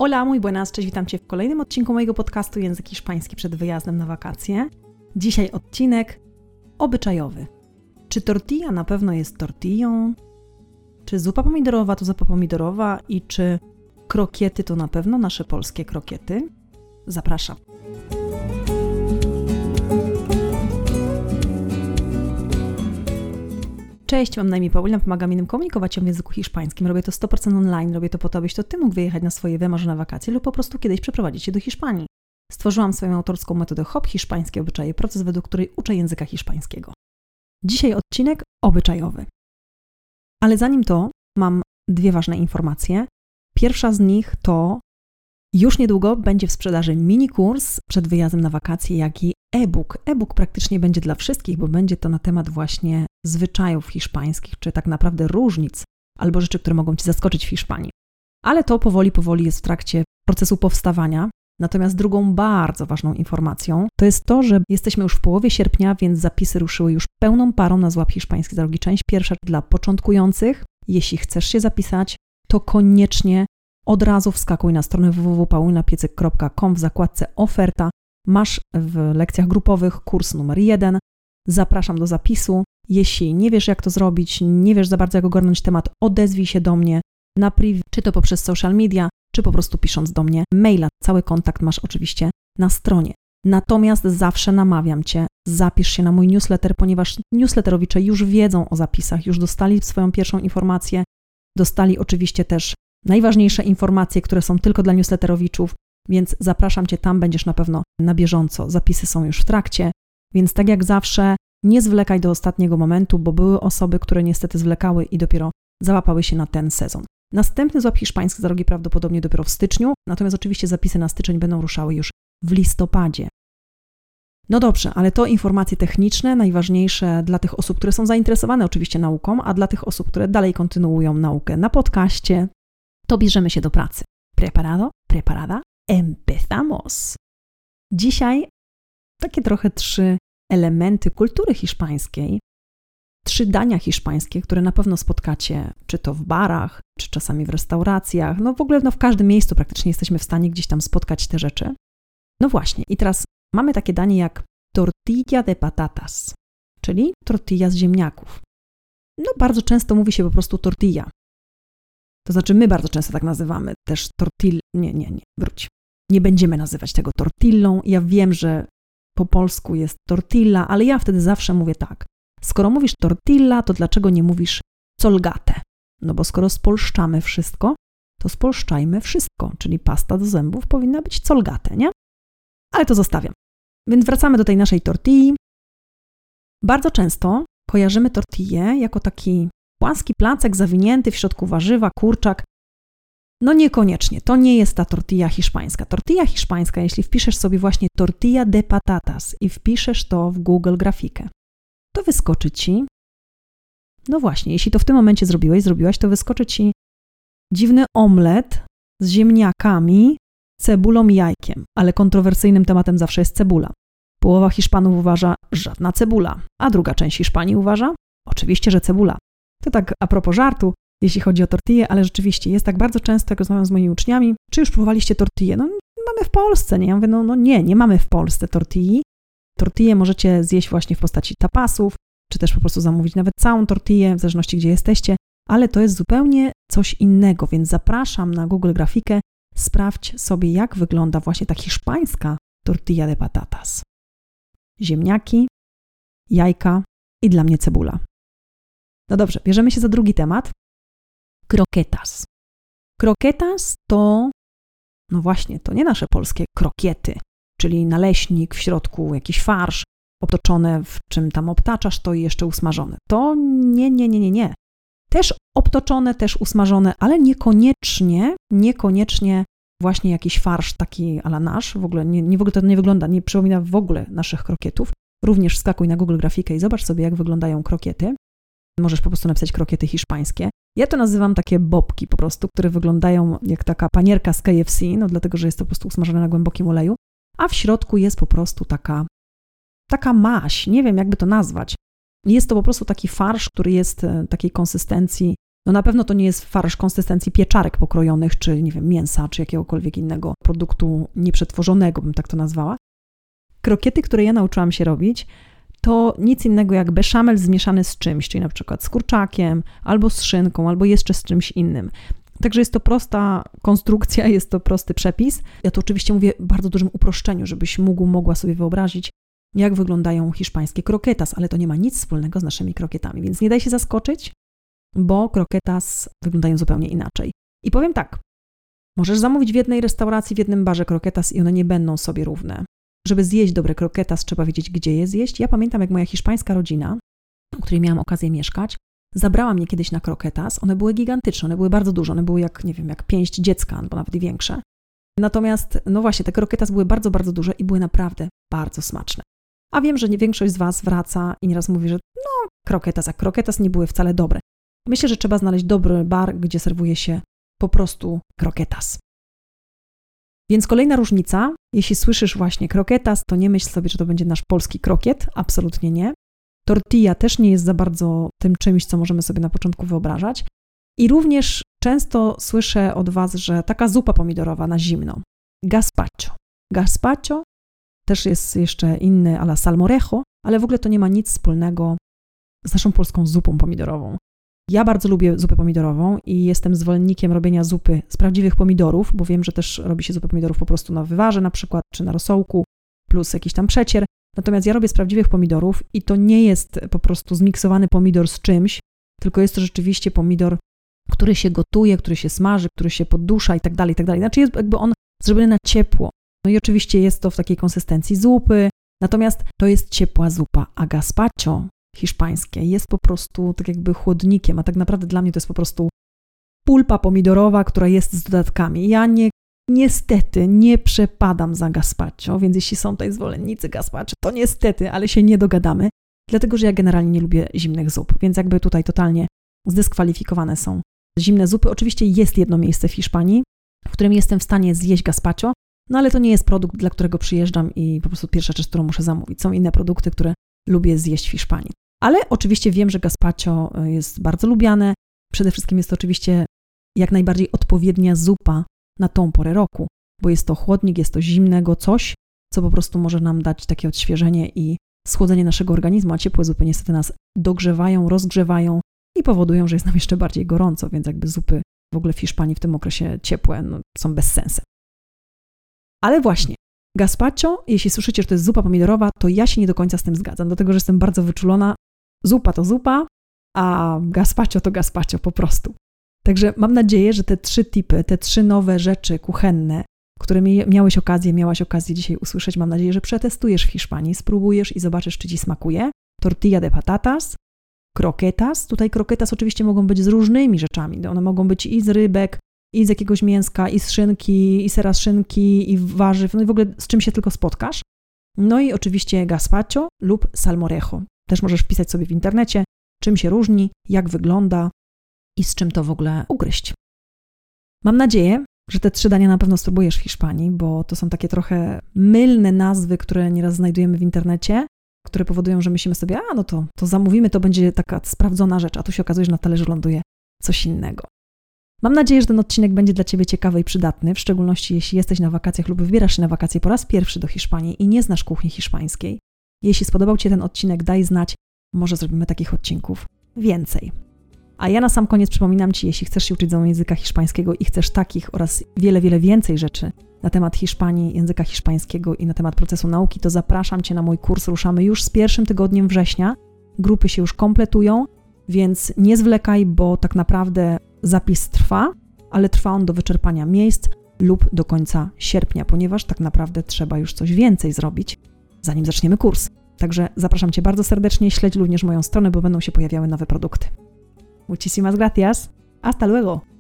Hola, muy buenas, cześć, witam Cię w kolejnym odcinku mojego podcastu Język Hiszpański przed wyjazdem na wakacje. Dzisiaj odcinek obyczajowy. Czy tortilla na pewno jest tortillą? Czy zupa pomidorowa to zupa pomidorowa? I czy krokiety to na pewno nasze polskie krokiety? Zapraszam. Cześć, mam na imię Paulina, pomagam innym komunikować się w języku hiszpańskim. Robię to 100% online, robię to po to, abyś to Ty mógł wyjechać na swoje wymarzone wakacje lub po prostu kiedyś przeprowadzić się do Hiszpanii. Stworzyłam swoją autorską metodę HOP, hiszpańskie obyczaje, proces, według której uczę języka hiszpańskiego. Dzisiaj odcinek obyczajowy. Ale zanim to, mam dwie ważne informacje. Pierwsza z nich to już niedługo będzie w sprzedaży mini kurs przed wyjazdem na wakacje, jak i e-book. E-book praktycznie będzie dla wszystkich, bo będzie to na temat właśnie zwyczajów hiszpańskich, czy tak naprawdę różnic, albo rzeczy, które mogą Cię zaskoczyć w Hiszpanii. Ale to powoli jest w trakcie procesu powstawania. Natomiast drugą bardzo ważną informacją to jest to, że jesteśmy już w połowie sierpnia, więc zapisy ruszyły już pełną parą na Złap Hiszpański za Drogi. Część pierwsza dla początkujących. Jeśli chcesz się zapisać, to koniecznie od razu wskakuj na stronę www.paulinapiecyk.com w zakładce oferta. Masz w lekcjach grupowych kurs numer 1. Zapraszam do zapisu. Jeśli nie wiesz, jak to zrobić, nie wiesz za bardzo, jak ogarnąć temat, odezwij się do mnie na priv, czy to poprzez social media, czy po prostu pisząc do mnie maila. Cały kontakt masz oczywiście na stronie. Natomiast zawsze namawiam Cię, zapisz się na mój newsletter, ponieważ newsletterowicze już wiedzą o zapisach, już dostali swoją pierwszą informację, dostali oczywiście też najważniejsze informacje, które są tylko dla newsletterowiczów, więc zapraszam Cię, tam będziesz na pewno na bieżąco. Zapisy są już w trakcie, więc tak jak zawsze nie zwlekaj do ostatniego momentu, bo były osoby, które niestety zwlekały i dopiero załapały się na ten sezon. Następny Złap Hiszpański za Rogi prawdopodobnie dopiero w styczniu, natomiast oczywiście zapisy na styczeń będą ruszały już w listopadzie. No dobrze, ale to informacje techniczne, najważniejsze dla tych osób, które są zainteresowane oczywiście nauką, a dla tych osób, które dalej kontynuują naukę na podcaście, to bierzemy się do pracy. Preparado? Preparada? Empezamos! Dzisiaj takie trochę 3 elementy kultury hiszpańskiej, 3 dania hiszpańskie, które na pewno spotkacie, czy to w barach, czy czasami w restauracjach, no w ogóle w każdym miejscu praktycznie jesteśmy w stanie gdzieś tam spotkać te rzeczy. No właśnie, i teraz mamy takie danie jak tortilla de patatas, czyli tortilla z ziemniaków. No bardzo często mówi się po prostu tortilla. To znaczy my bardzo często tak nazywamy też tortilla. Nie, wróć. Nie będziemy nazywać tego tortillą. Ja wiem, że po polsku jest tortilla, ale ja wtedy zawsze mówię tak. Skoro mówisz tortilla, to dlaczego nie mówisz colgate? No bo skoro spolszczamy wszystko, to spolszczajmy wszystko, czyli pasta do zębów powinna być colgate, nie? Ale to zostawiam. Więc wracamy do tej naszej tortilli. Bardzo często kojarzymy tortillę jako taki płaski placek zawinięty w środku warzywa, kurczak. No niekoniecznie, to nie jest ta tortilla hiszpańska. Tortilla hiszpańska, jeśli wpiszesz sobie właśnie tortilla de patatas i wpiszesz to w Google grafikę, to wyskoczy Ci, no właśnie, jeśli to w tym momencie zrobiłaś, to wyskoczy Ci dziwny omlet z ziemniakami, cebulą i jajkiem, ale kontrowersyjnym tematem zawsze jest cebula. Połowa Hiszpanów uważa, żadna cebula, a druga część Hiszpanii uważa, oczywiście, że cebula. To tak a propos żartu, jeśli chodzi o tortillę, ale rzeczywiście jest tak bardzo często, jak rozmawiam z moimi uczniami, czy już próbowaliście tortillę? No mamy w Polsce, nie? Ja mówię, nie mamy w Polsce tortilli. Tortillę możecie zjeść właśnie w postaci tapasów, czy też po prostu zamówić nawet całą tortillę, w zależności gdzie jesteście, ale to jest zupełnie coś innego, więc zapraszam na Google grafikę, sprawdź sobie, jak wygląda właśnie ta hiszpańska tortilla de patatas. Ziemniaki, jajka i dla mnie cebula. No dobrze, bierzemy się za drugi temat. Croquetas. Croquetas to, no właśnie, to nie nasze polskie krokiety, czyli naleśnik, w środku jakiś farsz, obtoczone w czym tam obtaczasz to i jeszcze usmażone. To nie. Też obtoczone, też usmażone, ale niekoniecznie właśnie jakiś farsz taki a la nasz. W ogóle to nie wygląda, nie przypomina w ogóle naszych krokietów. Również wskakuj na Google grafikę i zobacz sobie, jak wyglądają krokiety. Możesz po prostu napisać krokiety hiszpańskie. Ja to nazywam takie bobki po prostu, które wyglądają jak taka panierka z KFC, no dlatego, że jest to po prostu usmażone na głębokim oleju, a w środku jest po prostu taka maś, nie wiem jakby to nazwać. Jest to po prostu taki farsz, który jest takiej konsystencji No na pewno to nie jest farsz konsystencji pieczarek pokrojonych, czy nie wiem, mięsa, czy jakiegokolwiek innego produktu nieprzetworzonego, bym tak to nazwała. Krokiety, które ja nauczyłam się robić, to nic innego jak beszamel zmieszany z czymś, czyli na przykład z kurczakiem, albo z szynką, albo jeszcze z czymś innym. Także jest to prosta konstrukcja, jest to prosty przepis. Ja to oczywiście mówię w bardzo dużym uproszczeniu, żebyś mogła sobie wyobrazić, jak wyglądają hiszpańskie croquetas, ale to nie ma nic wspólnego z naszymi krokietami, więc nie daj się zaskoczyć, bo croquetas wyglądają zupełnie inaczej. I powiem tak, możesz zamówić w jednej restauracji, w jednym barze croquetas i one nie będą sobie równe. Żeby zjeść dobre croquetas, trzeba wiedzieć, gdzie je zjeść. Ja pamiętam, jak moja hiszpańska rodzina, u której miałam okazję mieszkać, zabrała mnie kiedyś na croquetas. One były gigantyczne, one były bardzo duże, one były jak, nie wiem, jak pięść dziecka, albo nawet i większe. Natomiast, no właśnie, te croquetas były bardzo, bardzo duże i były naprawdę bardzo smaczne. A wiem, że większość z Was wraca i nieraz mówi, że no, croquetas nie były wcale dobre. Myślę, że trzeba znaleźć dobry bar, gdzie serwuje się po prostu croquetas. Więc kolejna różnica, jeśli słyszysz właśnie croquetas, to nie myśl sobie, że to będzie nasz polski krokiet, absolutnie nie. Tortilla też nie jest za bardzo tym czymś, co możemy sobie na początku wyobrażać. I również często słyszę od Was, że taka zupa pomidorowa na zimno, gazpacho. Gazpacho też jest jeszcze inny a la salmorejo, ale w ogóle to nie ma nic wspólnego z naszą polską zupą pomidorową. Ja bardzo lubię zupę pomidorową i jestem zwolennikiem robienia zupy z prawdziwych pomidorów, bo wiem, że też robi się zupę pomidorów po prostu na wywarze na przykład, czy na rosołku, plus jakiś tam przecier. Natomiast ja robię z prawdziwych pomidorów i to nie jest po prostu zmiksowany pomidor z czymś, tylko jest to rzeczywiście pomidor, który się gotuje, który się smaży, który się poddusza i tak dalej, i tak dalej. Znaczy jest jakby on zrobiony na ciepło. No i oczywiście jest to w takiej konsystencji zupy, natomiast to jest ciepła zupa, a gazpacho hiszpańskie jest po prostu tak jakby chłodnikiem, a tak naprawdę dla mnie to jest po prostu pulpa pomidorowa, która jest z dodatkami. Ja niestety nie przepadam za gazpacho, więc jeśli są tutaj zwolennicy gazpacho, to niestety, ale się nie dogadamy, dlatego że ja generalnie nie lubię zimnych zup, więc jakby tutaj totalnie zdyskwalifikowane są zimne zupy. Oczywiście jest jedno miejsce w Hiszpanii, w którym jestem w stanie zjeść gazpacho, no ale to nie jest produkt, dla którego przyjeżdżam i po prostu pierwsza rzecz, którą muszę zamówić. Są inne produkty, które lubię zjeść w Hiszpanii. Ale oczywiście wiem, że gazpacho jest bardzo lubiane. Przede wszystkim jest to oczywiście jak najbardziej odpowiednia zupa na tą porę roku, bo jest to chłodnik, jest to zimnego coś, co po prostu może nam dać takie odświeżenie i schłodzenie naszego organizmu, a ciepłe zupy niestety nas dogrzewają, rozgrzewają i powodują, że jest nam jeszcze bardziej gorąco, więc jakby zupy w ogóle w Hiszpanii w tym okresie ciepłe są bez sensu. Ale właśnie, gazpacho, jeśli słyszycie, że to jest zupa pomidorowa, to ja się nie do końca z tym zgadzam, dlatego że jestem bardzo wyczulona. Zupa to zupa, a gazpacho to gazpacho po prostu. Także mam nadzieję, że te 3 tipy, te 3 nowe rzeczy kuchenne, które miałaś okazję dzisiaj usłyszeć, mam nadzieję, że przetestujesz w Hiszpanii, spróbujesz i zobaczysz, czy Ci smakuje. Tortilla de patatas, croquetas. Tutaj croquetas oczywiście mogą być z różnymi rzeczami. One mogą być i z rybek, i z jakiegoś mięska, i z szynki, i sera z szynki, i warzyw, no i w ogóle z czym się tylko spotkasz. No i oczywiście gazpacho lub salmorejo. Też możesz wpisać sobie w internecie, czym się różni, jak wygląda i z czym to w ogóle ugryźć. Mam nadzieję, że te 3 dania na pewno spróbujesz w Hiszpanii, bo to są takie trochę mylne nazwy, które nieraz znajdujemy w internecie, które powodują, że myślimy sobie, to zamówimy, to będzie taka sprawdzona rzecz, a tu się okazuje, że na talerzu ląduje coś innego. Mam nadzieję, że ten odcinek będzie dla Ciebie ciekawy i przydatny, w szczególności jeśli jesteś na wakacjach lub wybierasz się na wakacje po raz pierwszy do Hiszpanii i nie znasz kuchni hiszpańskiej. Jeśli spodobał Ci się ten odcinek, daj znać, może zrobimy takich odcinków więcej. A ja na sam koniec przypominam Ci, jeśli chcesz się uczyć języka hiszpańskiego i chcesz takich oraz wiele, wiele więcej rzeczy na temat Hiszpanii, języka hiszpańskiego i na temat procesu nauki, to zapraszam Cię na mój kurs. Ruszamy już z pierwszym tygodniem września. Grupy się już kompletują, więc nie zwlekaj, bo tak naprawdę zapis trwa, ale trwa on do wyczerpania miejsc lub do końca sierpnia, ponieważ tak naprawdę trzeba już coś więcej zrobić, zanim zaczniemy kurs. Także zapraszam Cię bardzo serdecznie, śledź również moją stronę, bo będą się pojawiały nowe produkty. Muchísimas gracias. Hasta luego.